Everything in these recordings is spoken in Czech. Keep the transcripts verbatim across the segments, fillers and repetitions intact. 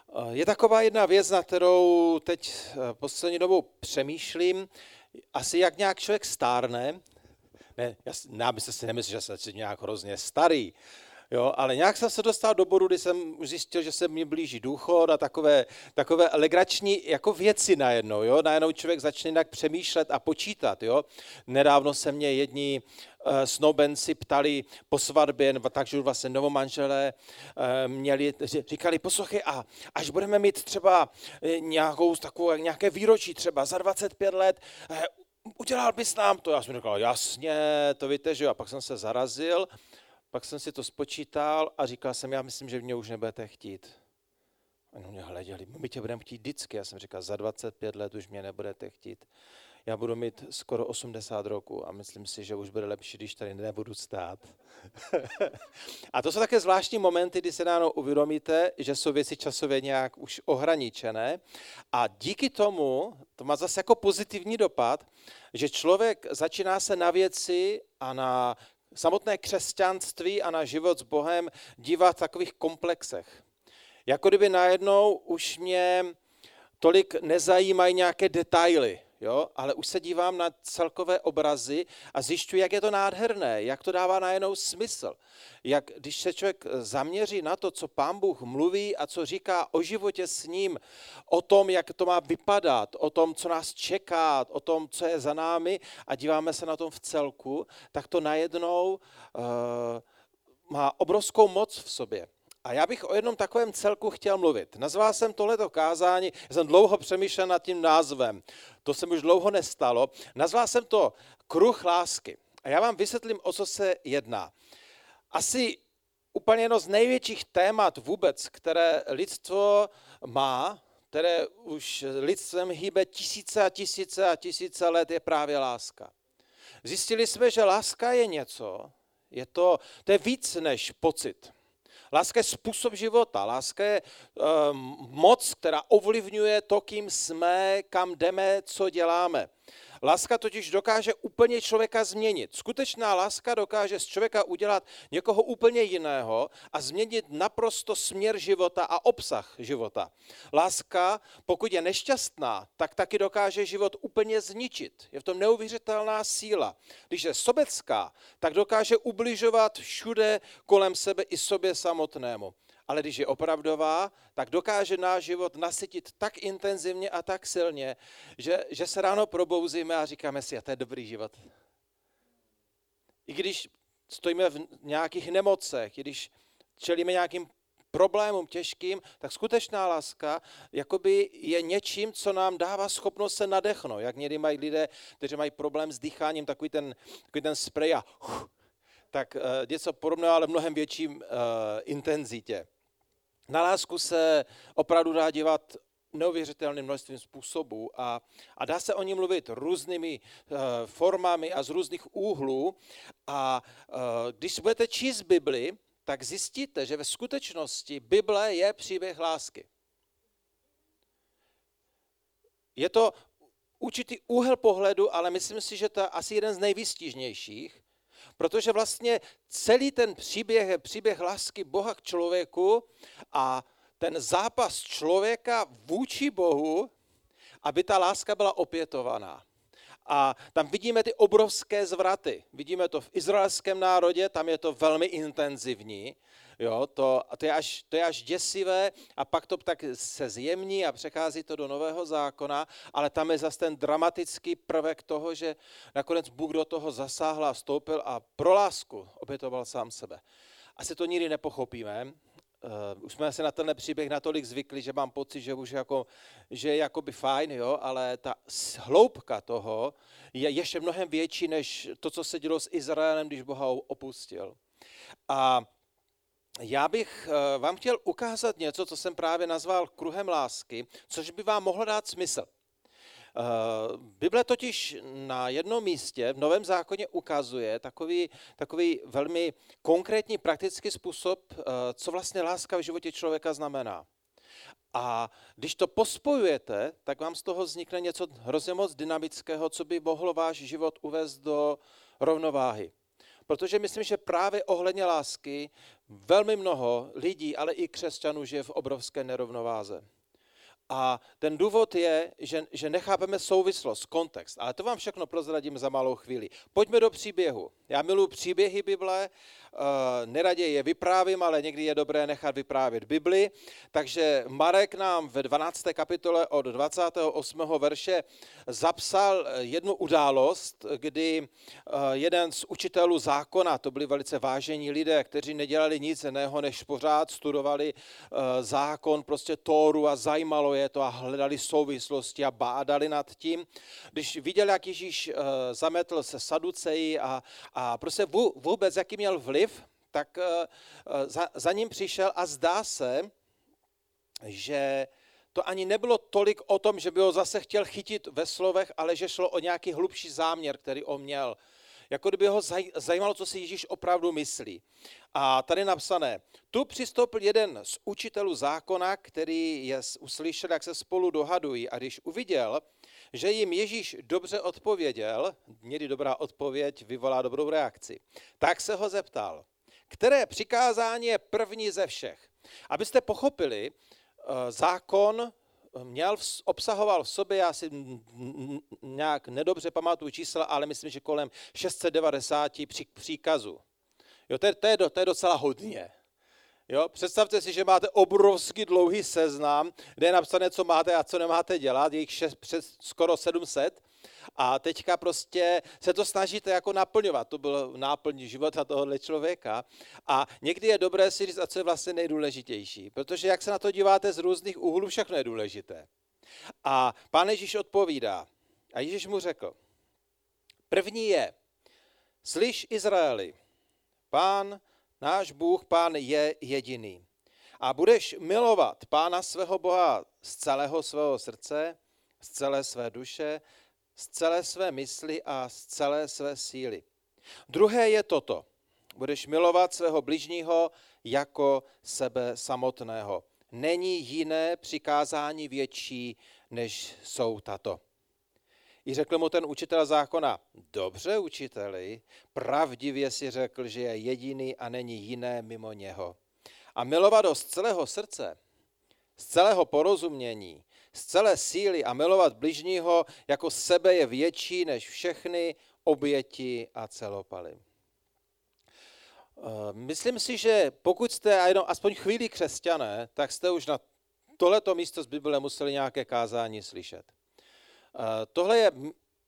Je taková jedna věc, na kterou teď poslední dobou přemýšlím, asi jak nějak člověk stárne, ne, já, já bych si nemyslel, že jsem nějak hrozně starý, jo, ale nějak jsem se dostal do bodu, kdy jsem už zjistil, že se mi blíží důchod a takové, takové legrační jako věci najednou, jo, najednou člověk začne jinak přemýšlet a počítat, jo. Nedávno se mě jedni uh, snoubenci ptali po svatbě, takže vlastně novomanželé uh, měli, říkali, poslouchej, a až budeme mít třeba nějakou takovou, nějaké výročí třeba za dvacet pět let, uh, udělal bys nám to? Já jsem říkal, jasně, to víte, že jo, a pak jsem se zarazil. Pak jsem si to spočítal a říkal jsem, já myslím, že mě už nebudete chtít. A no mě hleděli, my tě budeme chtít vždycky. Já jsem říkal, za dvacet pět let už mě nebudete chtít. Já budu mít skoro osmdesát roku a myslím si, že už bude lepší, když tady nebudu stát. A to jsou také zvláštní momenty, kdy se náhodou uvědomíte, že jsou věci časově nějak už ohraničené. A díky tomu, to má zase jako pozitivní dopad, že člověk začíná se na věci a na samotné křesťanství a na život s Bohem dívat v takových komplexech. Jako kdyby najednou už mě tolik nezajímají nějaké detaily, jo? Ale už se dívám na celkové obrazy a zjišťuji, jak je to nádherné, jak to dává najednou smysl. Jak když se člověk zaměří na to, co Pán Bůh mluví a co říká o životě s ním, o tom, jak to má vypadat, o tom, co nás čeká, o tom, co je za námi a díváme se na tom v celku, tak to najednou uh, má obrovskou moc v sobě. A já bych o jednom takovém celku chtěl mluvit. Nazval jsem tohleto kázání, jsem dlouho přemýšlel nad tím názvem, to se mi už dlouho nestalo. Nazval jsem to Kruh lásky. A já vám vysvětlím, o co se jedná. Asi úplně jedno z největších témat vůbec, které lidstvo má, které už lidstvem hýbe tisíce a tisíce a tisíce let, je právě láska. Zjistili jsme, že láska je něco, je to, to je víc než pocit. Láska je způsob života, láska je um, moc, která ovlivňuje to, kým jsme, kam jdeme, co děláme. Láska totiž dokáže úplně člověka změnit. Skutečná láska dokáže z člověka udělat někoho úplně jiného a změnit naprosto směr života a obsah života. Láska, pokud je nešťastná, tak taky dokáže život úplně zničit. Je v tom neuvěřitelná síla. Když je sobecká, tak dokáže ubližovat všude kolem sebe i sobě samotnému. Ale když je opravdová, tak dokáže náš život nasytit tak intenzivně a tak silně, že, že se ráno probouzíme a říkáme si, a to je dobrý život. I když stojíme v nějakých nemocech, i když čelíme nějakým problémům těžkým, tak skutečná láska jakoby je něčím, co nám dává schopnost se nadechnout. Jak někdy mají lidé, kteří mají problém s dýcháním, takový ten, takový ten sprej a uf, tak uh, něco podobného, ale v mnohem větším uh, intenzitě. Na lásku se opravdu dá dívat neuvěřitelným množstvím způsobů a, a dá se o ní mluvit různými uh, formami a z různých úhlů. A uh, když budete číst Bibli, tak zjistíte, že ve skutečnosti Bible je příběh lásky. Je to určitý úhel pohledu, ale myslím si, že to je asi jeden z nejvýstižnějších, protože vlastně celý ten příběh je příběh lásky Boha k člověku a ten zápas člověka vůči Bohu, aby ta láska byla opětovaná. A tam vidíme ty obrovské zvraty. Vidíme to v izraelském národě, tam je to velmi intenzivní. Jo, to, to, je až, to je až děsivé a pak to tak se zjemní a přechází to do Nového zákona, ale tam je zase ten dramatický prvek toho, že nakonec Bůh do toho zasáhl a vstoupil a pro lásku obětoval sám sebe. Asi to nikdy nepochopíme. Uh, už jsme se na tenhle příběh natolik zvykli, že mám pocit, že už jako, že je jakoby fajn, jo, ale ta hloubka toho je ještě mnohem větší, než to, co se dělo s Izraelem, když Boha opustil. A já bych vám chtěl ukázat něco, co jsem právě nazval kruhem lásky, což by vám mohlo dát smysl. Bible totiž na jednom místě v Novém zákoně ukazuje takový, takový velmi konkrétní praktický způsob, co vlastně láska v životě člověka znamená. A když to pospojujete, tak vám z toho vznikne něco hrozně moc dynamického, co by mohlo váš život uvést do rovnováhy. Protože myslím, že právě ohledně lásky velmi mnoho lidí, ale i křesťanů žije v obrovské nerovnováze. A ten důvod je, že, že nechápeme souvislost, kontext. Ale to vám všechno prozradím za malou chvíli. Pojďme do příběhu. Já miluji příběhy Bible, uh, neraději je vyprávím, ale někdy je dobré nechat vyprávět Bibli. Takže Marek nám ve dvanácté kapitole od dvacátého osmého verše zapsal jednu událost, kdy uh, jeden z učitelů zákona, to byli velice vážení lidé, kteří nedělali nic jiného, než pořád studovali uh, zákon, prostě Tóru a zajímalo je to a hledali souvislosti a bádali nad tím. Když viděl, jak Ježíš uh, zametl se Saduceji a, a prostě vůbec, jaký měl vliv, tak uh, za, za ním přišel a zdá se, že to ani nebylo tolik o tom, že by ho zase chtěl chytit ve slovech, ale že šlo o nějaký hlubší záměr, který on měl. Jako kdyby ho zajímalo, co si Ježíš opravdu myslí. A tady napsané, tu přistoupil jeden z učitelů zákona, který je uslyšel, jak se spolu dohadují, a když uviděl, že jim Ježíš dobře odpověděl, někdy dobrá odpověď vyvolá dobrou reakci, tak se ho zeptal, které přikázání je první ze všech. Abyste pochopili, zákon měl, obsahoval v sobě, já si nějak nedobře pamatuju čísla, ale myslím, že kolem šest set devadesát příkazů. Jo, to, je, to, je, to je docela hodně. Jo, představte si, že máte obrovský dlouhý seznam, kde je napsané, co máte a co nemáte dělat, je jich šest, přes skoro sedm set. A teďka prostě se to snažíte jako naplňovat. To bylo náplň života tohohle člověka. A někdy je dobré si říct, a co je vlastně nejdůležitější. Protože jak se na to díváte z různých úhlů, všechno je důležité. A Pán Ježíš odpovídá. A Ježíš mu řekl, první je, slyš Izraeli, Pán, náš Bůh, Pán je jediný. A budeš milovat Pána svého Boha z celého svého srdce, z celé své duše, z celé své mysli a z celé své síly. Druhé je toto. Budeš milovat svého bližního jako sebe samotného. Není jiné přikázání větší, než jsou tato. I řekl mu ten učitel zákona, dobře učiteli, pravdivě si řekl, že je jediný a není jiné mimo něho. A milovat ho z celého srdce, z celého porozumění, z celé síly a milovat bližního jako sebe je větší než všechny oběti a celopaly. Myslím si, že pokud jste jenom aspoň chvíli křesťané, tak jste už na tohleto místo z Bible museli nějaké kázání slyšet. Tohle je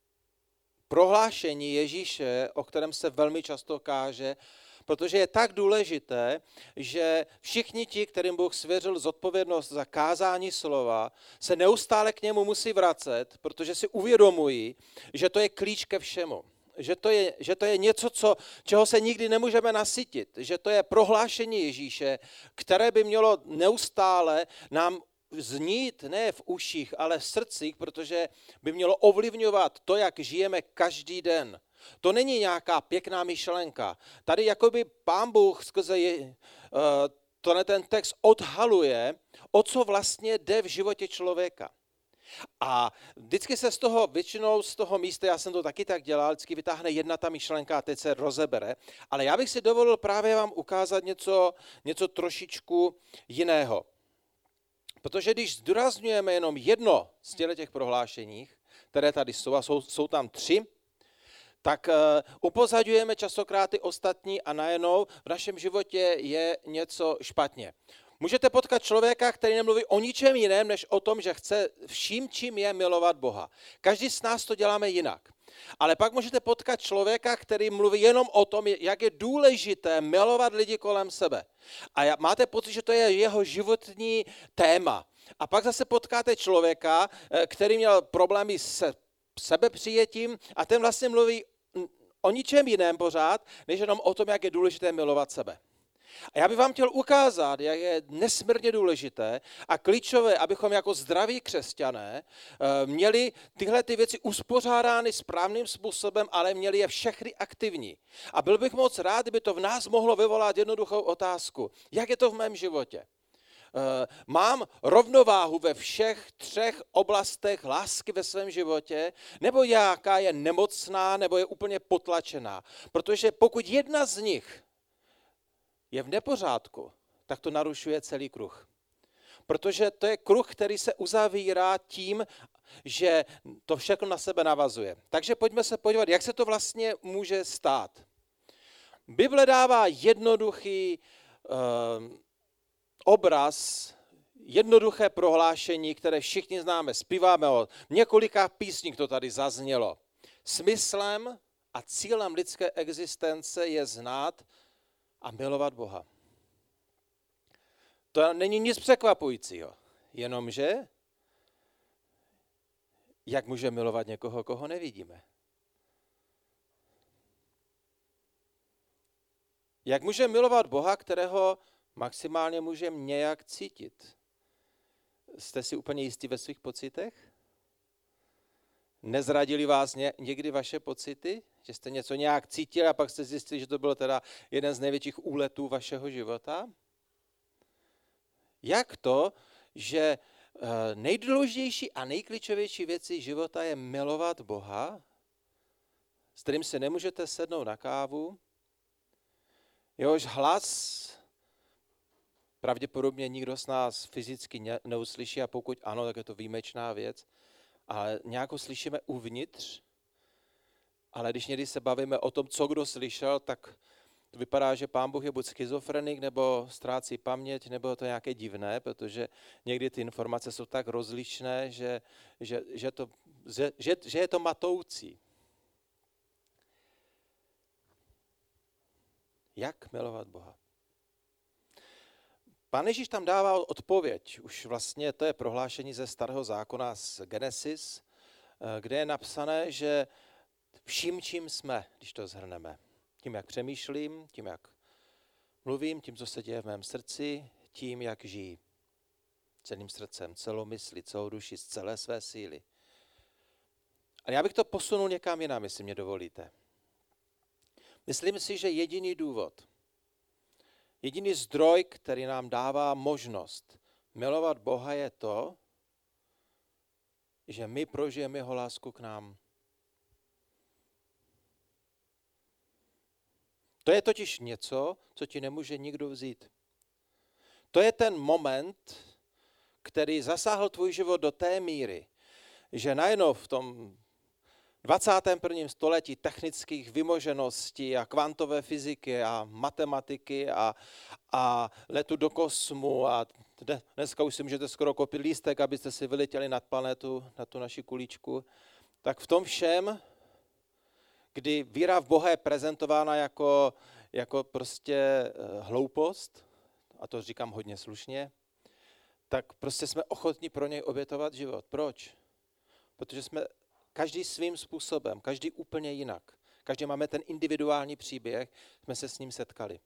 prohlášení Ježíše, o kterém se velmi často káže, protože je tak důležité, že všichni ti, kterým Bůh svěřil zodpovědnost za kázání slova, se neustále k němu musí vracet, protože si uvědomují, že to je klíč ke všemu. Že to je, že to je něco, co, čeho se nikdy nemůžeme nasytit. Že to je prohlášení Ježíše, které by mělo neustále nám znít ne v uších, ale v srdcích, protože by mělo ovlivňovat to, jak žijeme každý den. To není nějaká pěkná myšlenka. Tady jakoby Pán Bůh skrze je, uh, tohle ten text odhaluje, o co vlastně jde v životě člověka. A vždycky se z toho, většinou z toho místa, já jsem to taky tak dělal, vždycky vytáhne jedna ta myšlenka a teď se rozebere. Ale já bych si dovolil právě vám ukázat něco, něco trošičku jiného. Protože když zdůrazňujeme jenom jedno z těch prohlášeních, které tady jsou, a jsou, jsou tam tři, tak uh, upozadňujeme častokrát ty ostatní a najednou v našem životě je něco špatně. Můžete potkat člověka, který nemluví o ničem jiném, než o tom, že chce vším, čím je milovat Boha. Každý z nás to děláme jinak. Ale pak můžete potkat člověka, který mluví jenom o tom, jak je důležité milovat lidi kolem sebe. A máte pocit, že to je jeho životní téma. A pak zase potkáte člověka, který měl problémy se sebepřijetím a ten vlastně mluví o ničem jiném pořád, než jenom o tom, jak je důležité milovat sebe. A já bych vám chtěl ukázat, jak je nesmírně důležité a klíčové, abychom jako zdraví křesťané měli tyhle ty věci uspořádány správným způsobem, ale měli je všechny aktivní. A byl bych moc rád, kdyby to v nás mohlo vyvolat jednoduchou otázku. Jak je to v mém životě? Mám rovnováhu ve všech třech oblastech lásky ve svém životě, nebo jaká je nemocná, nebo je úplně potlačená? Protože pokud jedna z nich je v nepořádku, tak to narušuje celý kruh. Protože to je kruh, který se uzavírá tím, že to všechno na sebe navazuje. Takže pojďme se podívat, jak se to vlastně může stát. Bible dává jednoduchý uh, obraz, jednoduché prohlášení, které všichni známe. Zpíváme o několika písních, to tady zaznělo. Smyslem a cílem lidské existence je znát a milovat Boha. To není nic překvapujícího, jenomže jak může milovat někoho, koho nevidíme? Jak může milovat Boha, kterého maximálně můžeme nějak cítit? Jste si úplně jistí ve svých pocitech? Nezradili vás ně, někdy vaše pocity? Že jste něco nějak cítili a pak jste zjistili, že to byl teda jeden z největších úletů vašeho života? Jak to, že nejdůležitější a nejklíčovější věcí života je milovat Boha, s kterým se nemůžete sednout na kávu, jehož hlas pravděpodobně nikdo z nás fyzicky neuslyší a pokud ano, tak je to výjimečná věc, ale nějak ho slyšíme uvnitř, ale když někdy se bavíme o tom, co kdo slyšel, tak to vypadá, že Pán Bůh je buď schizofrenik, nebo ztrácí paměť, nebo to nějaké divné, protože někdy ty informace jsou tak rozlišné, že, že, že, to, že, že je to matoucí. Jak milovat Boha? Pán Ježíš tam dává odpověď. Už vlastně to je prohlášení ze Starého zákona z Genesis, kde je napsané, že vším, čím jsme, když to shrneme. Tím, jak přemýšlím, tím, jak mluvím, tím, co se děje v mém srdci, tím, jak žijí. Celým srdcem, celou myslí, celou duši, z celé své síly. Ale já bych to posunul někam jinam, jestli mě dovolíte. Myslím si, že jediný důvod, jediný zdroj, který nám dává možnost milovat Boha, je to, že my prožijeme jeho lásku k nám. To je totiž něco, co ti nemůže nikdo vzít. To je ten moment, který zasáhl tvůj život do té míry, že najednou v tom dvacátém prvním století technických vymožeností a kvantové fyziky a matematiky a, a letu do kosmu a dneska už si můžete skoro koupit lístek, abyste si vyletěli nad planetu, na tu naši kuličku, tak v tom všem, kdy víra v Boha je prezentována jako, jako prostě hloupost, a to říkám hodně slušně, tak prostě jsme ochotní pro něj obětovat život. Proč? Protože jsme každý svým způsobem, každý úplně jinak. Každý máme ten individuální příběh, jsme se s ním setkali.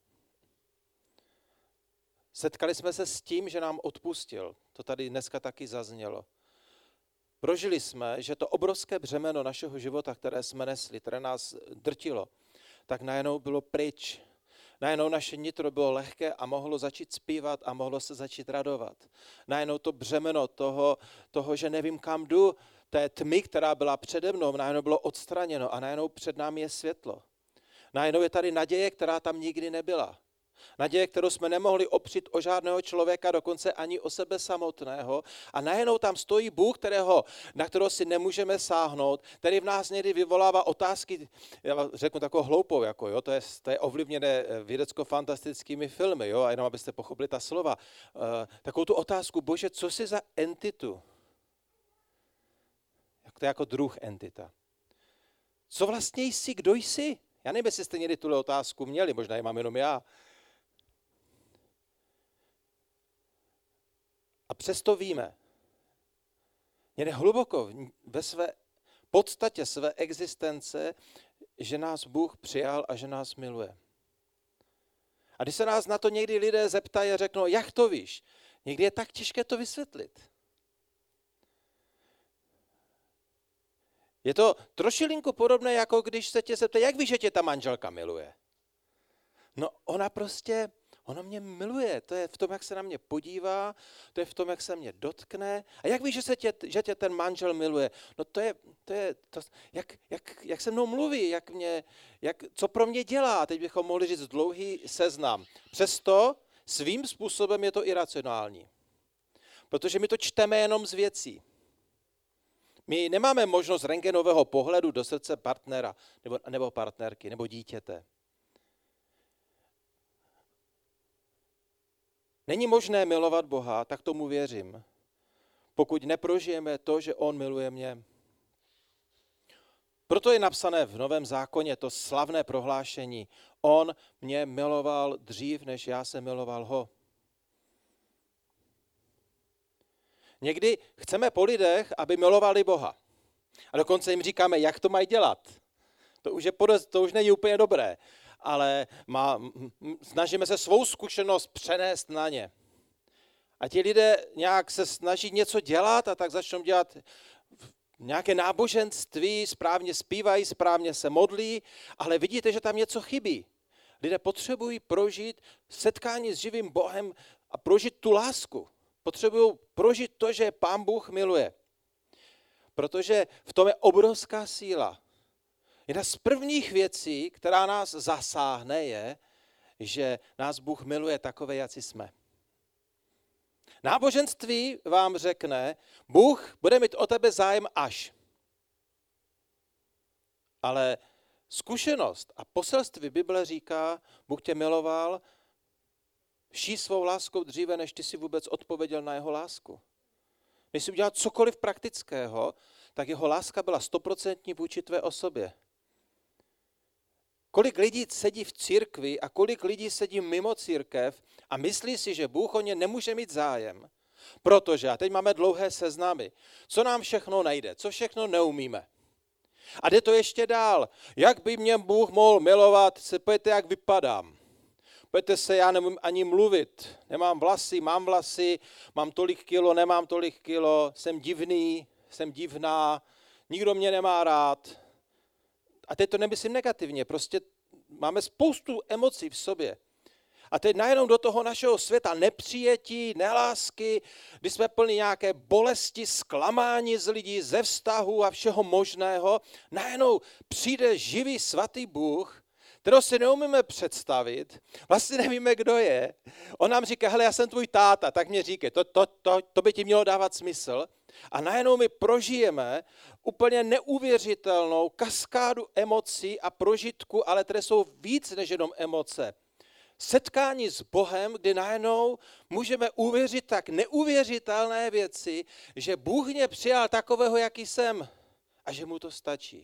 Setkali jsme se s tím, že nám odpustil. To tady dneska taky zaznělo. Prožili jsme, že to obrovské břemeno našeho života, které jsme nesli, které nás drtilo, tak najednou bylo pryč. Najednou naše nitro bylo lehké a mohlo začít zpívat a mohlo se začít radovat. Najednou to břemeno toho, toho, že nevím kam jdu, té tmy, která byla přede mnou, najednou bylo odstraněno a najednou před námi je světlo. Najednou je tady naděje, která tam nikdy nebyla. Naděje, kterou jsme nemohli opřít o žádného člověka, dokonce ani o sebe samotného. A najednou tam stojí Bůh, kterého, na kterého si nemůžeme sáhnout, který v nás někdy vyvolává otázky, já řeknu takovou hloupou, jako, jo, to, je, to je ovlivněné vědecko-fantastickými filmy, jo, a jenom abyste pochopili ta slova. Uh, takovou tu otázku, Bože, co jsi za entitu? Jak to je jako druh entita. Co vlastně jsi, kdo jsi? Já nevím, jestli jste někdy tuhle otázku měli, možná ji mám jenom já. A přesto víme, někde hluboko ve své podstatě své existence, že nás Bůh přijal a že nás miluje. A když se nás na to někdy lidé zeptají a řeknou, jak to víš, někdy je tak těžké to vysvětlit. Je to trošilinku podobné, jako když se tě zeptají, jak víš, že tě ta manželka miluje. No ona prostě, Ono mě miluje, to je v tom, jak se na mě podívá, to je v tom, jak se mě dotkne. A jak víš, že, se tě, že tě ten manžel miluje? No to je, to je to, jak, jak, jak se mnou mluví, jak mě, jak, co pro mě dělá. Teď bychom mohli říct dlouhý seznam. Přesto svým způsobem je to iracionální. Protože my to čteme jenom z věcí. My nemáme možnost rentgenového pohledu do srdce partnera nebo, nebo partnerky nebo dítěte. Není možné milovat Boha, tak tomu věřím, pokud neprožijeme to, že on miluje mě. Proto je napsané v Novém zákoně to slavné prohlášení. On mě miloval dřív, než já jsem miloval ho. Někdy chceme po lidech, aby milovali Boha. A dokonce jim říkáme, jak to mají dělat. To už, je podez, to už není úplně dobré, ale má, snažíme se svou zkušenost přenést na ně. A ti lidé nějak se snaží něco dělat a tak začnou dělat nějaké náboženství, správně zpívají, správně se modlí, ale vidíte, že tam něco chybí. Lidé potřebují prožít setkání s živým Bohem a prožít tu lásku. Potřebují prožít to, že Pán Bůh miluje. Protože v tom je obrovská síla. Jedna z prvních věcí, která nás zasáhne, je, že nás Bůh miluje takové, jací jsme. Náboženství vám řekne, Bůh bude mít o tebe zájem až. Ale zkušenost a poselství Bible říká, Bůh tě miloval vší svou láskou dříve, než ty si vůbec odpověděl na jeho lásku. Když jsi udělal cokoliv praktického, tak jeho láska byla stoprocentní vůči tvé osobě. Kolik lidí sedí v církvi a kolik lidí sedí mimo církev a myslí si, že Bůh o ně nemůže mít zájem, protože, a teď máme dlouhé seznamy, co nám všechno nejde, co všechno neumíme. A jde to ještě dál. Jak by mě Bůh mohl milovat, se pojďte, jak vypadám. Pojďte se, já nemůžu ani mluvit. Nemám vlasy, mám vlasy, mám tolik kilo, nemám tolik kilo, jsem divný, jsem divná, nikdo mě nemá rád. A teď to nemyslím negativně, prostě máme spoustu emocí v sobě. A teď najednou do toho našeho světa nepřijetí, nelásky, kdy jsme plní nějaké bolesti, zklamání z lidí, ze vztahu a všeho možného, najednou přijde živý svatý Bůh, kterého si neumíme představit, vlastně nevíme, kdo je. On nám říká, hele, já jsem tvůj táta, tak mě říkej, to, to, to, to by ti mělo dávat smysl. A najednou my prožijeme úplně neuvěřitelnou kaskádu emocí a prožitku, ale které jsou víc než jenom emoce. Setkání s Bohem, kdy najednou můžeme uvěřit tak neuvěřitelné věci, že Bůh mě přijal takového, jaký jsem a že mu to stačí.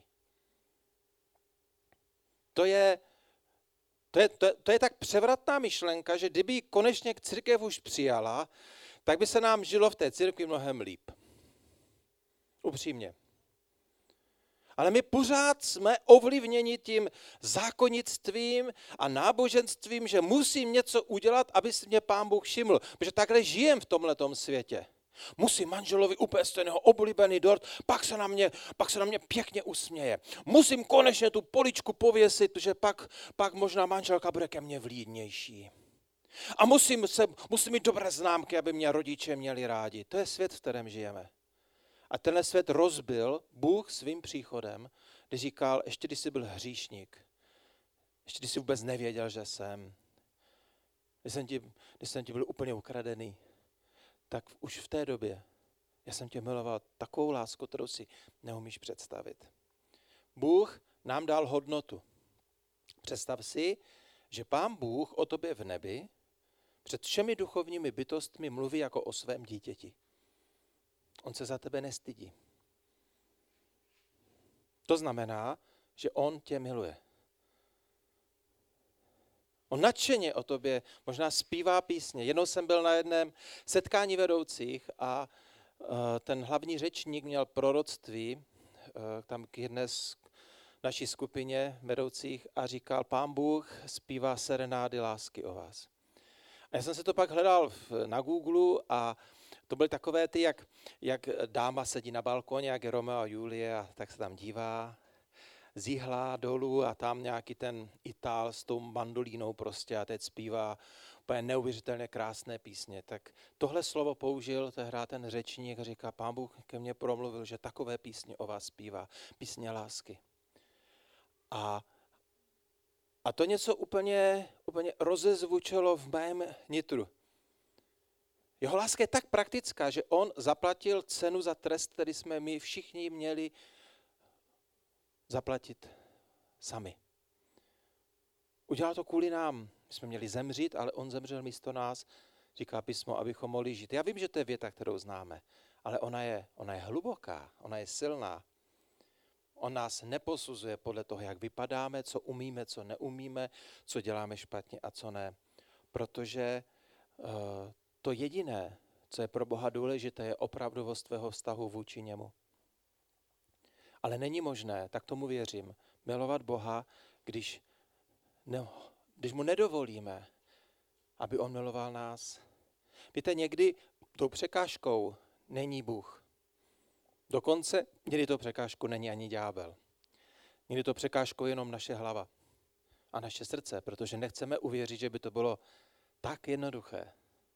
To je, to je, to je, to je tak převratná myšlenka, že kdyby konečně k církev už přijala, tak by se nám žilo v té církvi mnohem líp. Upřímně. Ale my pořád jsme ovlivněni tím zákonnictvím a náboženstvím, že musím něco udělat, aby si mě Pán Bůh všiml. Protože takhle žijem v tomhletom světě. Musím manželovi upéct ten jeho oblíbený dort, pak se, na mě, pak se na mě pěkně usměje. Musím konečně tu poličku pověsit, že pak, pak možná manželka bude ke mně vlídnější. A musím, se, musím mít dobré známky, aby mě rodiče měli rádi. To je svět, v kterém žijeme. A tenhle svět rozbil Bůh svým příchodem, když říkal, ještě když jsi byl hříšník, ještě když jsi vůbec nevěděl, že jsem, když jsem ti, když jsem ti byl úplně ukradený, tak už v té době já jsem tě miloval takovou lásku, kterou si neumíš představit. Bůh nám dal hodnotu. Představ si, že Pán Bůh o tobě v nebi před všemi duchovními bytostmi mluví jako o svém dítěti. On se za tebe nestydí. To znamená, že on tě miluje. On nadšeně o tobě možná zpívá písně. Jednou jsem byl na jednom setkání vedoucích a ten hlavní řečník měl proroctví tam k jedné z naší skupině vedoucích a říkal, Pán Bůh zpívá serenády lásky o vás. A já jsem se to pak hledal na Google a to byly takové ty, jak, jak dáma sedí na balkoně, jak je Romeo a Julie a tak se tam dívá, zíhlá dolů a tam nějaký ten Itál s tou mandolínou prostě a teď zpívá úplně neuvěřitelně krásné písně. Tak tohle slovo použil tehdy ten řečník a říká, Pán Bůh ke mně promluvil, že takové písně o vás zpívá, písně lásky. A, a to něco úplně, úplně rozezvučilo v mém nitru. Jeho láska je tak praktická, že on zaplatil cenu za trest, který jsme my všichni měli zaplatit sami. Udělal to kvůli nám. My jsme měli zemřít, ale on zemřel místo nás, říká písmo, abychom mohli žít. Já vím, že to je věta, kterou známe, ale ona je, ona je hluboká, ona je silná. On nás neposuzuje podle toho, jak vypadáme, co umíme, co neumíme, co děláme špatně a co ne. Protože uh, to jediné, co je pro Boha důležité, je opravdovost tvého vztahu vůči němu. Ale není možné, tak tomu věřím, milovat Boha, když, ne, když mu nedovolíme, aby on miloval nás. Víte, někdy tou překážkou není Bůh. Dokonce někdy to překážkou není ani ďábel. Někdy to překážkou je jenom naše hlava a naše srdce, protože nechceme uvěřit, že by to bylo tak jednoduché.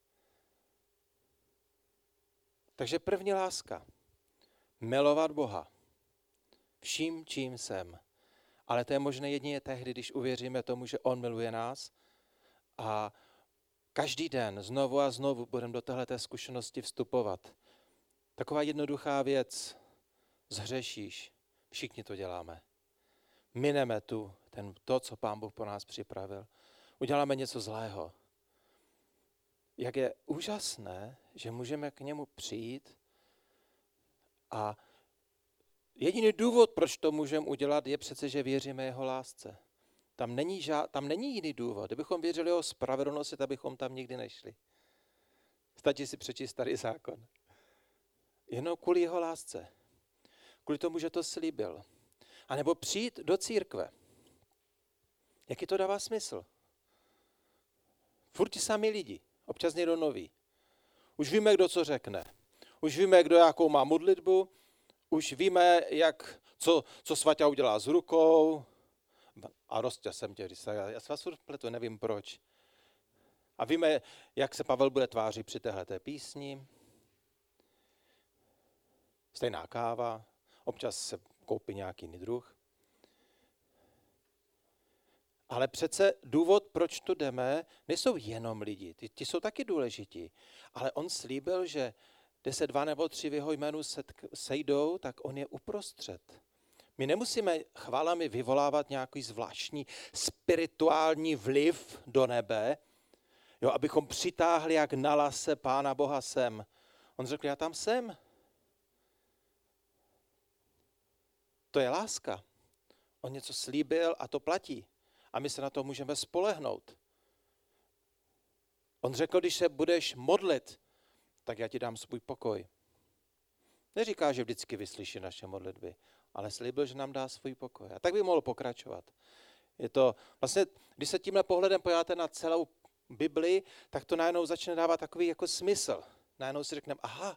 Takže první láska. Milovat Boha. Vším, čím jsem. Ale to je možné jedině tehdy, když uvěříme tomu, že on miluje nás a každý den znovu a znovu budeme do téhleté zkušenosti vstupovat. Taková jednoduchá věc. Zhřešíš. Všichni to děláme. Mineme tu ten, to, co Pán Bůh po nás připravil. Uděláme něco zlého. Jak je úžasné, že můžeme k němu přijít a jediný důvod, proč to můžeme udělat, je přece, že věříme jeho lásce. Tam není, žád, tam není jiný důvod. Kdybychom věřili jeho spravedlnosti, tak bychom tam nikdy nešli. Stačí si přečíst Starý zákon. Jenom kvůli jeho lásce. Kvůli tomu, že to slíbil. A nebo přijít do církve. Jaký to dává smysl? Furt ti sami lidi. Občas někdo nový. Už víme, kdo co řekne. Už víme, kdo jakou má modlitbu. Už víme, jak, co, co svaťa udělá s rukou. A rozťa jsem tě, já se vás pletu, nevím proč. A víme, jak se Pavel bude tvářit při téhleté písni. Stejná káva. Občas se koupí nějaký jiný druh. Ale přece důvod, proč tu jdeme, nejsou jenom lidi. Ti, ti jsou taky důležití. Ale on slíbil, že kde se dva nebo tři v jeho jménu sejdou, tak on je uprostřed. My nemusíme chválami vyvolávat nějaký zvláštní spirituální vliv do nebe, jo, abychom přitáhli jak na lase Pána Boha sem. On řekl, já tam jsem. To je láska. On něco slíbil a to platí. A my se na to můžeme spolehnout. On řekl, když se budeš modlit, tak já ti dám svůj pokoj. Neříká, že vždycky vyslyší naše modlitby, ale slíbil, že nám dá svůj pokoj. A tak by mohl pokračovat. Je to, vlastně, když se tímhle pohledem pojáte na celou Bibli, tak to najednou začne dávat takový jako smysl. Najednou si řekneme, aha,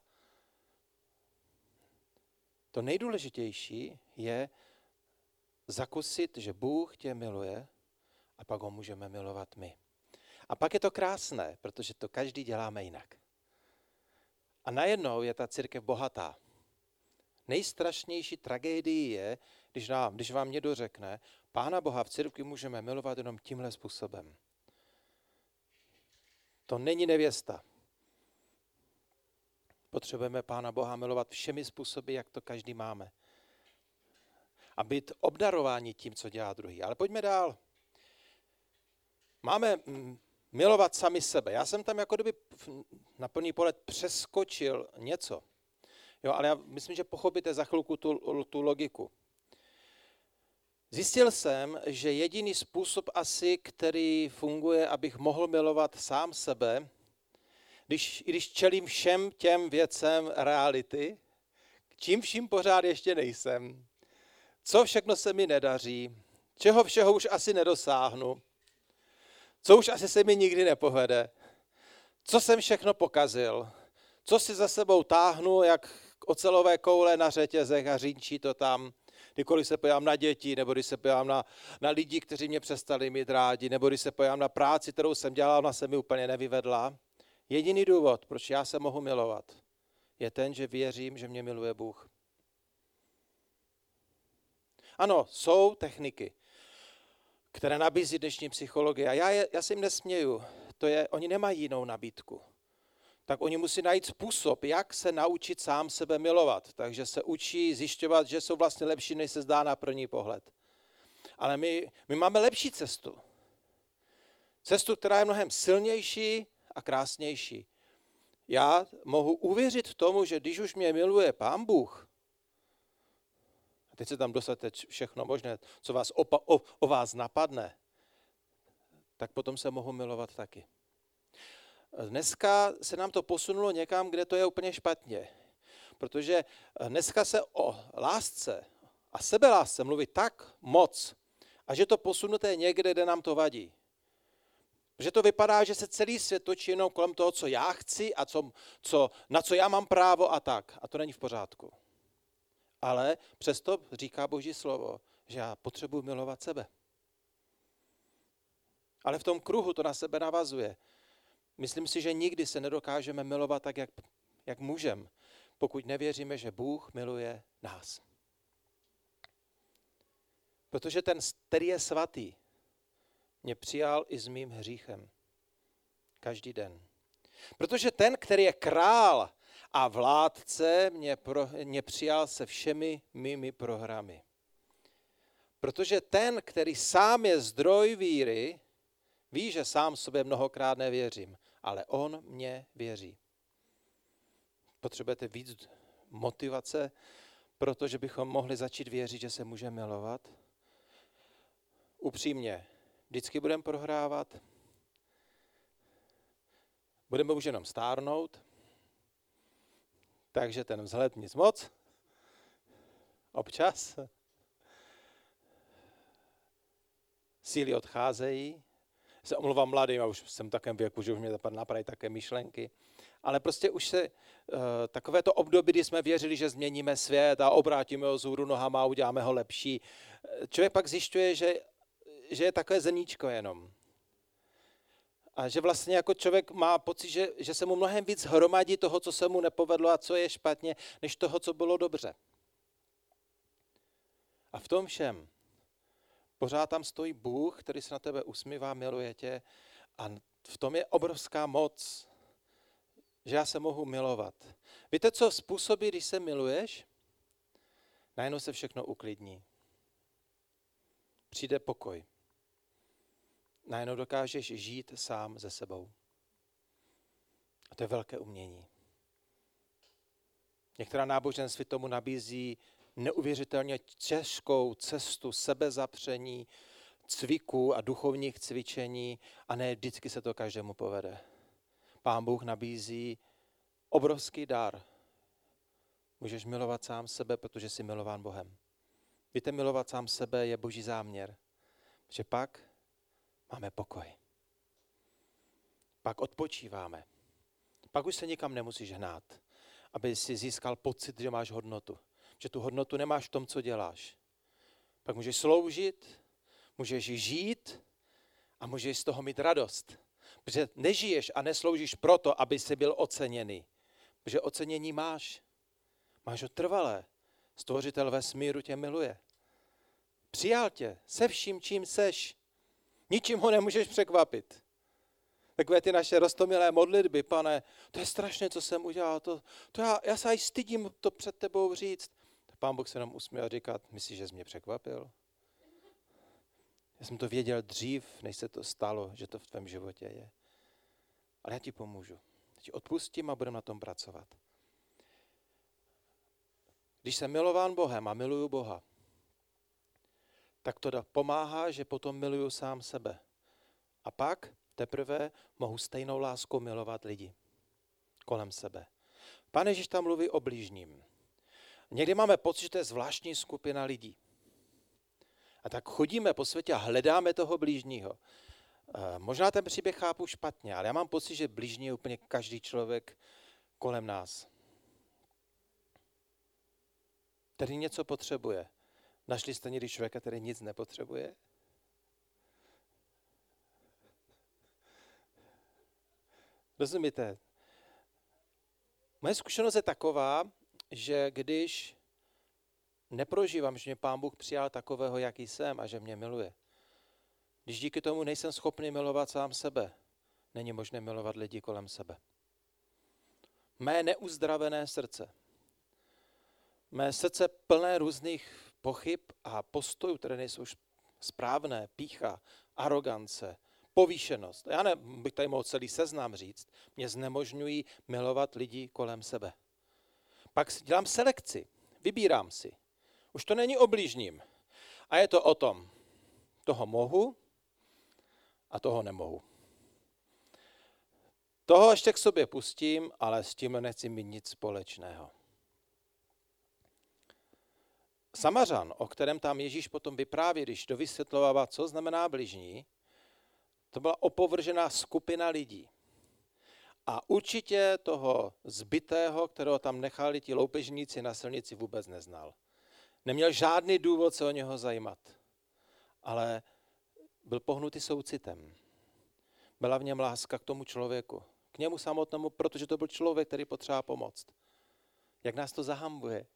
to nejdůležitější je zakusit, že Bůh tě miluje a pak ho můžeme milovat my. A pak je to krásné, protože to každý děláme jinak. A najednou je ta církev bohatá. Nejstrašnější tragédií je, když, nám, když vám někdo řekne, Pána Boha v církvi můžeme milovat jenom tímhle způsobem. To není nevěsta. Potřebujeme Pána Boha milovat všemi způsoby, jak to každý máme. A být obdarováni tím, co dělá druhý. Ale pojďme dál. Máme milovat sami sebe. Já jsem tam jako kdyby na plný pohled přeskočil něco. Jo, ale já myslím, že pochopíte za chvilku tu, tu logiku. Zjistil jsem, že jediný způsob asi, který funguje, abych mohl milovat sám sebe, když, i když čelím všem těm věcem reality, čím vším pořád ještě nejsem, co všechno se mi nedaří, čeho všeho už asi nedosáhnu, co už asi se mi nikdy nepovede, co jsem všechno pokazil, co si za sebou táhnu, jak ocelové koule na řetězech a řínčí to tam, Kdykoliv se podívám na děti, nebo když se podívám na, na lidi, kteří mě přestali mít rádi, nebo když se podívám na práci, kterou jsem dělal, ona se mi úplně nevyvedla. Jediný důvod, proč já se mohu milovat, je ten, že věřím, že mě miluje Bůh. Ano, jsou techniky, které nabízí dnešní psychologie. A já, je, já se jim nesměju. To je, oni nemají jinou nabídku. Tak oni musí najít způsob, jak se naučit sám sebe milovat. Takže se učí zjišťovat, že jsou vlastně lepší, než se zdá na první pohled. Ale my, my máme lepší cestu. Cestu, která je mnohem silnější a krásnější. Já mohu uvěřit tomu, že když už mě miluje Pán Bůh, a teď se tam dostanete všechno možné, co vás opa, o, o vás napadne, tak potom se mohu milovat taky. Dneska se nám to posunulo někam, kde to je úplně špatně. Protože dneska se o lásce a sebelásce mluví tak moc, a že to posunuté někde, kde nám to vadí. Protože to vypadá, že se celý svět točí jenom kolem toho, co já chci a co, co, na co já mám právo a tak. A to není v pořádku. Ale přesto říká Boží slovo, že já potřebuji milovat sebe. Ale v tom kruhu to na sebe navazuje. Myslím si, že nikdy se nedokážeme milovat tak, jak, jak můžeme, pokud nevěříme, že Bůh miluje nás. Protože ten, který je svatý, mě přijal i s mým hříchem. Každý den. Protože ten, který je král a vládce, mě, pro, mě přijal se všemi mými prohrami. Protože ten, který sám je zdroj víry, ví, že sám sobě mnohokrát nevěřím, ale on mě věří. Potřebujete víc motivace, protože bychom mohli začít věřit, že se můžeme milovat? Upřímně, vždycky budeme prohrávat, budeme už jenom stárnout, takže ten vzhled nic moc, občas, síly odcházejí, se omluvám mladým, a už jsem v takovém věku, že už mě napadají také myšlenky, ale prostě už se uh, takové to období, kdy jsme věřili, že změníme svět a obrátíme ho vzhůru nohama a uděláme ho lepší. Člověk pak zjišťuje, že, že je takové zrníčko jenom. A že vlastně jako člověk má pocit, že, že se mu mnohem víc hromadí toho, co se mu nepovedlo a co je špatně, než toho, co bylo dobře. A v tom všem pořád tam stojí Bůh, který se na tebe usmívá, miluje tě, a v tom je obrovská moc, že já se mohu milovat. Víte, co způsobí, když se miluješ? Najednou se všechno uklidní. Přijde pokoj. Najednou dokážeš žít sám se sebou. A to je velké umění. Některá náboženství tomu nabízí neuvěřitelně těžkou cestu sebezapření, cviků a duchovních cvičení, a ne vždycky se to každému povede. Pán Bůh nabízí obrovský dar. Můžeš milovat sám sebe, protože jsi milován Bohem. Víte, milovat sám sebe je Boží záměr. Že pak máme pokoj. Pak odpočíváme. Pak už se nikam nemusíš hnát, aby si získal pocit, že máš hodnotu. Že tu hodnotu nemáš v tom, co děláš. Pak můžeš sloužit, můžeš žít a můžeš z toho mít radost. Protože nežiješ a nesloužíš proto, aby jsi byl oceněný. Protože ocenění máš. Máš ho trvalé. Stvořitel vesmíru tě miluje. Přijal tě se vším, čím seš. Ničím ho nemůžeš překvapit. Takové ty naše roztomilé modlitby, Pane, to je strašné, co jsem udělal. To, to já, já se aj stydím to před tebou říct. Pán Bůh se nám usměl a říká, myslíš, že jsi mě překvapil? Já jsem to věděl dřív, než se to stalo, že to v tvém životě je. Ale já ti pomůžu. Já ti odpustím a budeme na tom pracovat. Když jsem milován Bohem a miluju Boha, tak to pomáhá, že potom miluju sám sebe. A pak teprve mohu stejnou láskou milovat lidi kolem sebe. Pán Ježíš tam mluví o blížním. Někdy máme pocit, že to je zvláštní skupina lidí. A tak chodíme po světě a hledáme toho blížního. Možná ten příběh chápu špatně, ale já mám pocit, že blížní je úplně každý člověk kolem nás. Který něco potřebuje. Našli jste někdy člověka, který nic nepotřebuje? Rozumíte? Moje zkušenost je taková, že když neprožívám, že mě Pán Bůh přijal takového, jaký jsem a že mě miluje, když díky tomu nejsem schopný milovat sám sebe, není možné milovat lidi kolem sebe. Mé neuzdravené srdce, mé srdce plné různých pochyb a postojů, které nejsou správné, pýcha, arogance, povýšenost. Já ne, bych tady mohl celý seznam říct, mě znemožňují milovat lidi kolem sebe. Pak dělám selekci, vybírám si. Už to není o bližním. A je to o tom, toho mohu a toho nemohu. Toho ještě k sobě pustím, ale s tím nechci mít nic společného. Samařan, o kterém tam Ježíš potom vypráví, když dovysvětlovává, co znamená bližní, to byla opovržená skupina lidí. A určitě toho zbitého, kterého tam nechali ti loupežníci na silnici, vůbec neznal. Neměl žádný důvod se o něho zajímat, ale byl pohnutý soucitem. Byla v něm láska k tomu člověku, k němu samotnému, protože to byl člověk, který potřeboval pomoct. Jak nás to zahambuje.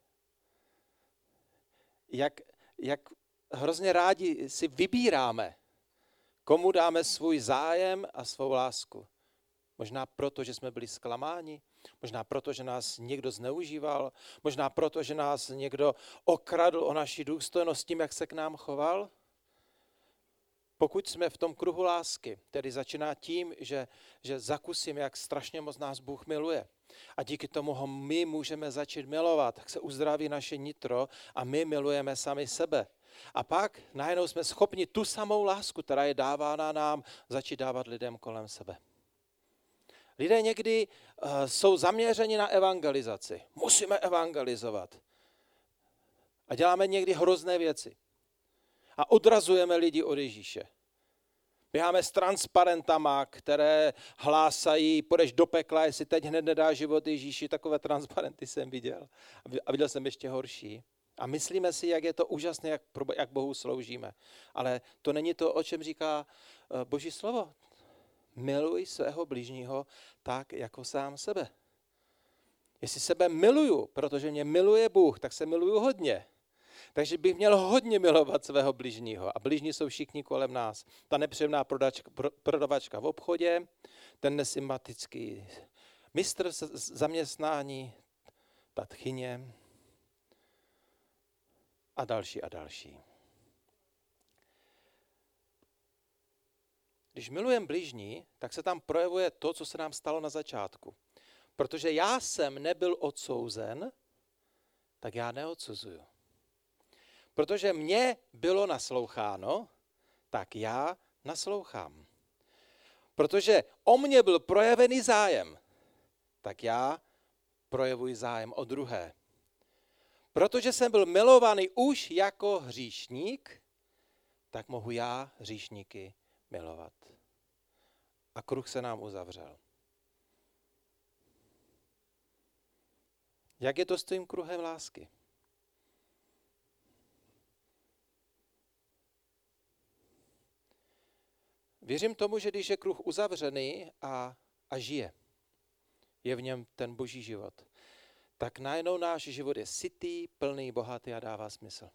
Jak, jak hrozně rádi si vybíráme, komu dáme svůj zájem a svou lásku. Možná proto, že jsme byli zklamáni, možná proto, že nás někdo zneužíval, možná proto, že nás někdo okradl o naši důstojnost tím, jak se k nám choval. Pokud jsme v tom kruhu lásky, který začíná tím, že, že zakusím, jak strašně moc nás Bůh miluje, a díky tomu ho my můžeme začít milovat, tak se uzdraví naše nitro a my milujeme sami sebe. A pak najednou jsme schopni tu samou lásku, která je dávána nám, začít dávat lidem kolem sebe. Lidé někdy uh, jsou zaměřeni na evangelizaci. Musíme evangelizovat. A děláme někdy hrozné věci. A odrazujeme lidi od Ježíše. Běháme s transparentama, které hlásají, půjdeš do pekla, jestli teď hned nedá život Ježíši. Takové transparenty jsem viděl. A viděl jsem ještě horší. A myslíme si, jak je to úžasné, jak, jak Bohu sloužíme. Ale to není to, o čem říká Boží slovo. Miluj svého bližního tak, jako sám sebe. Jestli sebe miluju, protože mě miluje Bůh, tak se miluju hodně. Takže bych měl hodně milovat svého bližního. A bližní jsou všichni kolem nás. Ta nepříjemná prodačka, pro, prodavačka v obchodě, ten nesympatický mistr zaměstnání, ta tchyně a další a další. Když milujeme bližní, tak se tam projevuje to, co se nám stalo na začátku. Protože já jsem nebyl odsouzen, tak já neodsuzuju. Protože mně bylo nasloucháno, tak já naslouchám. Protože o mě byl projevený zájem, tak já projevuji zájem o druhé. Protože jsem byl milovaný už jako hříšník, tak mohu já hříšníky milovat. A kruh se nám uzavřel. Jak je to s tím kruhem lásky? Věřím tomu, že když je kruh uzavřený a, a žije, je v něm ten boží život, tak najednou náš život je sytý, plný, bohatý a dává smysl.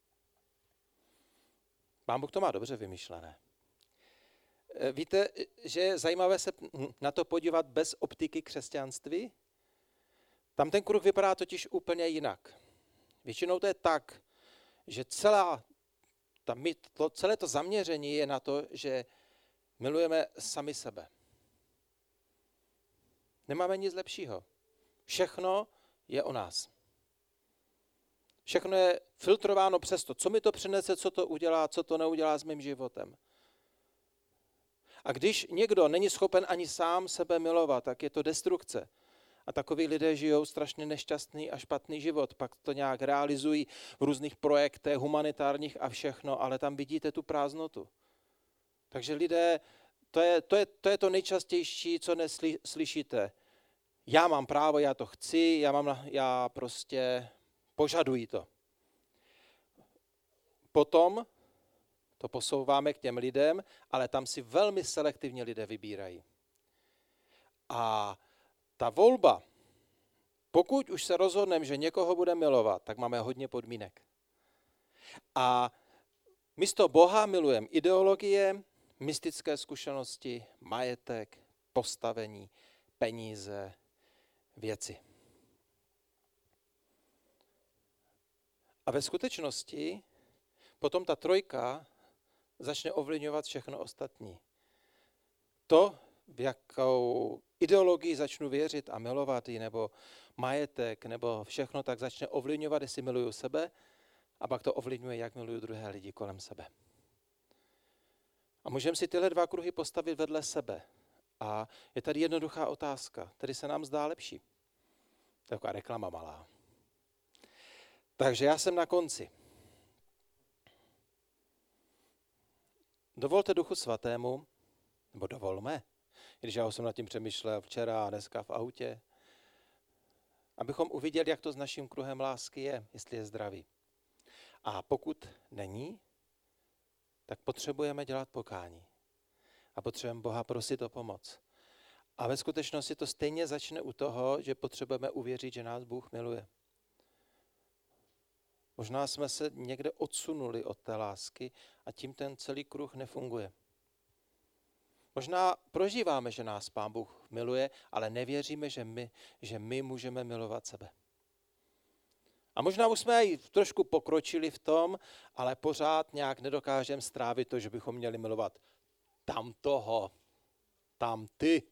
Pán Bůh to má dobře vymyšlené. Víte, že je zajímavé se na to podívat bez optiky křesťanství? Tam ten kruh vypadá totiž úplně jinak. Většinou to je tak, že celá, ta, to, celé to zaměření je na to, že milujeme sami sebe. Nemáme nic lepšího. Všechno je o nás. Všechno je filtrováno přes to, co mi to přinese, co to udělá, co to neudělá s mým životem. A když někdo není schopen ani sám sebe milovat, tak je to destrukce. A takoví lidé žijou strašně nešťastný a špatný život. Pak to nějak realizují v různých projektech, humanitárních a všechno, ale tam vidíte tu prázdnotu. Takže lidé, to je to, je, to, je to nejčastější, co neslyšíte. Já mám právo, já to chci, já, mám, já prostě požaduji to. potom to posouváme k těm lidem, ale tam si velmi selektivně lidé vybírají. A ta volba, pokud už se rozhodneme, že někoho bude milovat, tak máme hodně podmínek. A místo Boha milujeme ideologie, mystické zkušenosti, majetek, postavení, peníze, věci. A ve skutečnosti potom ta trojka začne ovlivňovat všechno ostatní. To, v jakou ideologii začnu věřit a milovat ji, nebo majetek, nebo všechno, tak začne ovlivňovat, jestli miluju sebe, a pak to ovlivňuje, jak miluju druhé lidi kolem sebe. A můžeme si tyhle dva kruhy postavit vedle sebe. A je tady jednoduchá otázka, který se nám zdá lepší. Taková reklama malá. Takže já jsem na konci. Dovolte Duchu Svatému, nebo dovolme, když já jsem nad tím přemýšlel včera a dneska v autě, abychom uviděli, jak to s naším kruhem lásky je, jestli je zdravý. A pokud není, tak potřebujeme dělat pokání. A potřebujeme Boha prosit o pomoc. A ve skutečnosti to stejně začne u toho, že potřebujeme uvěřit, že nás Bůh miluje. Možná jsme se někde odsunuli od té lásky a tím ten celý kruh nefunguje. Možná prožíváme, že nás Pán Bůh miluje, ale nevěříme, že my, že my můžeme milovat sebe. A možná už jsme i trošku pokročili v tom, ale pořád nějak nedokážeme strávit to, že bychom měli milovat tam toho, tam ty.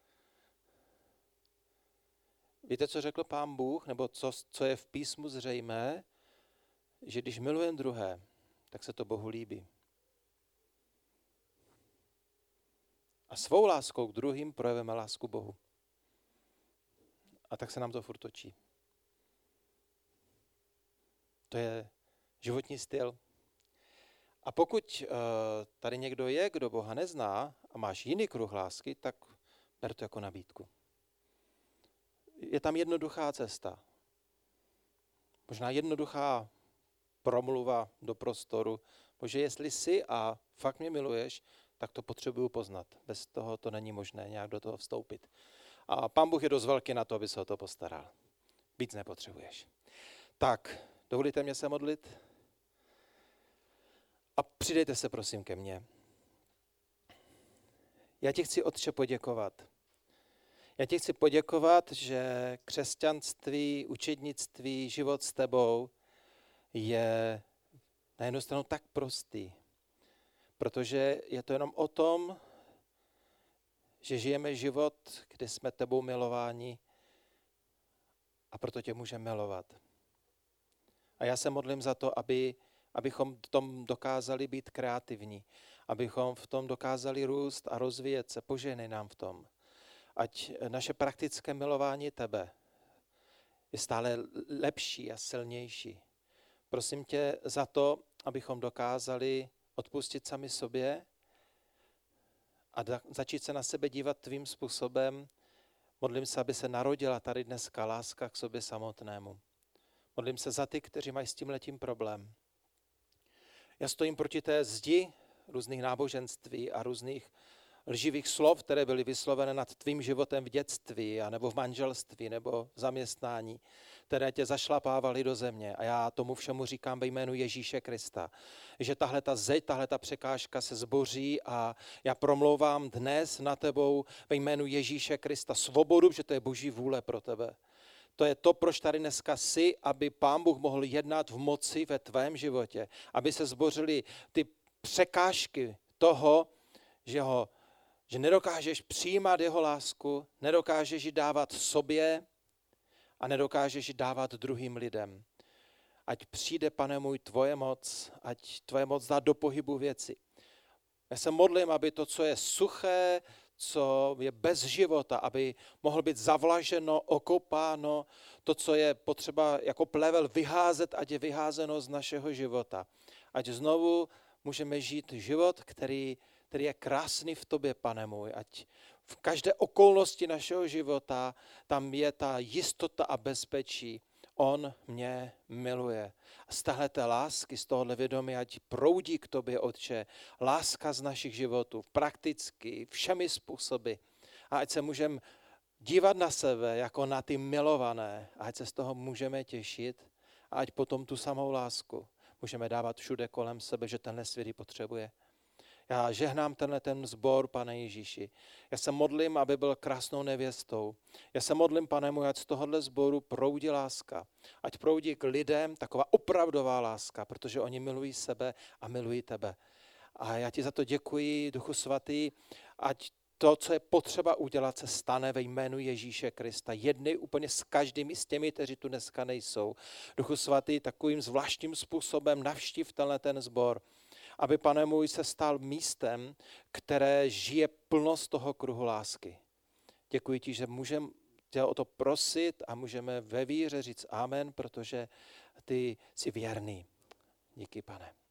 Víte, co řekl Pán Bůh, nebo co, co je v písmu zřejmé? Že když milujeme druhé, tak se to Bohu líbí. A svou láskou k druhým projevíme lásku Bohu. A tak se nám to furt točí. To je životní styl. A pokud uh, tady někdo je, kdo Boha nezná a máš jiný kruh lásky, tak ber to jako nabídku. Je tam jednoduchá cesta. Možná jednoduchá promluva do prostoru. Bože, jestli jsi a fakt mě miluješ, tak to potřebuju poznat. Bez toho to není možné nějak do toho vstoupit. A Pán Bůh je dost velký na to, aby se o to postaral. Víc nepotřebuješ. Tak, dovolíte mě se modlit? A přidejte se prosím ke mně. Já ti chci, Otče, poděkovat. Já ti chci poděkovat, že křesťanství, učednictví, život s tebou je na jednu stranu tak prostý, protože je to jenom o tom, že žijeme život, kde jsme tebou milováni a proto tě můžeme milovat. A já se modlím za to, aby, abychom v tom dokázali být kreativní, abychom v tom dokázali růst a rozvíjet se. Požehnej nám v tom. Ať naše praktické milování tebe je stále lepší a silnější. Prosím tě za to, abychom dokázali odpustit sami sobě a da, začít se na sebe dívat tvým způsobem. Modlím se, aby se narodila tady dneska láska k sobě samotnému. Modlím se za ty, kteří mají s tímhletím problém. Já stojím proti té zdi různých náboženství a různých lživých slov, které byly vyslovené nad tvým životem v dětství, a nebo v manželství, nebo v zaměstnání, které tě zašlapávaly do země. A já tomu všemu říkám ve jménu Ježíše Krista, že tahle ta zeď, tahle ta překážka se zboří a já promlouvám dnes na tebou ve jménu Ježíše Krista svobodu, že to je Boží vůle pro tebe. To je to, proč tady dneska jsi, aby Pán Bůh mohl jednat v moci ve tvém životě, aby se zbořily ty překážky toho, že ho že nedokážeš přijímat jeho lásku, nedokážeš ji dávat sobě a nedokážeš ji dávat druhým lidem. Ať přijde, Pane můj, tvoje moc, ať tvoje moc dá do pohybu věci. Já se modlím, aby to, co je suché, co je bez života, aby mohlo být zavlaženo, okopáno, to, co je potřeba jako plevel vyházet, ať je vyházeno z našeho života. Ať znovu můžeme žít život, který který je krásný v tobě, Pane můj, ať v každé okolnosti našeho života tam je ta jistota a bezpečí. on mě miluje. A z téhleté lásky, z tohohle vědomí, ať proudí k tobě, Otče, láska z našich životů, prakticky, všemi způsoby. A ať se můžeme dívat na sebe jako na ty milované, a ať se z toho můžeme těšit, a ať potom tu samou lásku můžeme dávat všude kolem sebe, že tenhle svět ji potřebuje. Já žehnám tenhle ten sbor, Pane Ježíši. Já se modlím, aby byl krásnou nevěstou. Já se modlím, Pane můj, ať z tohohle sboru proudí láska. Ať proudí k lidem taková opravdová láska, protože oni milují sebe a milují tebe. A já ti za to děkuji, Duchu Svatý, ať to, co je potřeba udělat, se stane ve jménu Ježíše Krista. Jednej úplně s každými z těmi, kteří tu dneska nejsou. Duchu Svatý, takovým zvláštním způsobem navštív tenhle ten sbor, aby, Pane můj, se stal místem, které žije plnost toho kruhu lásky. Děkuji ti, že můžeme tě o to prosit a můžeme ve víře říct amen, protože ty jsi věrný. Díky, Pane.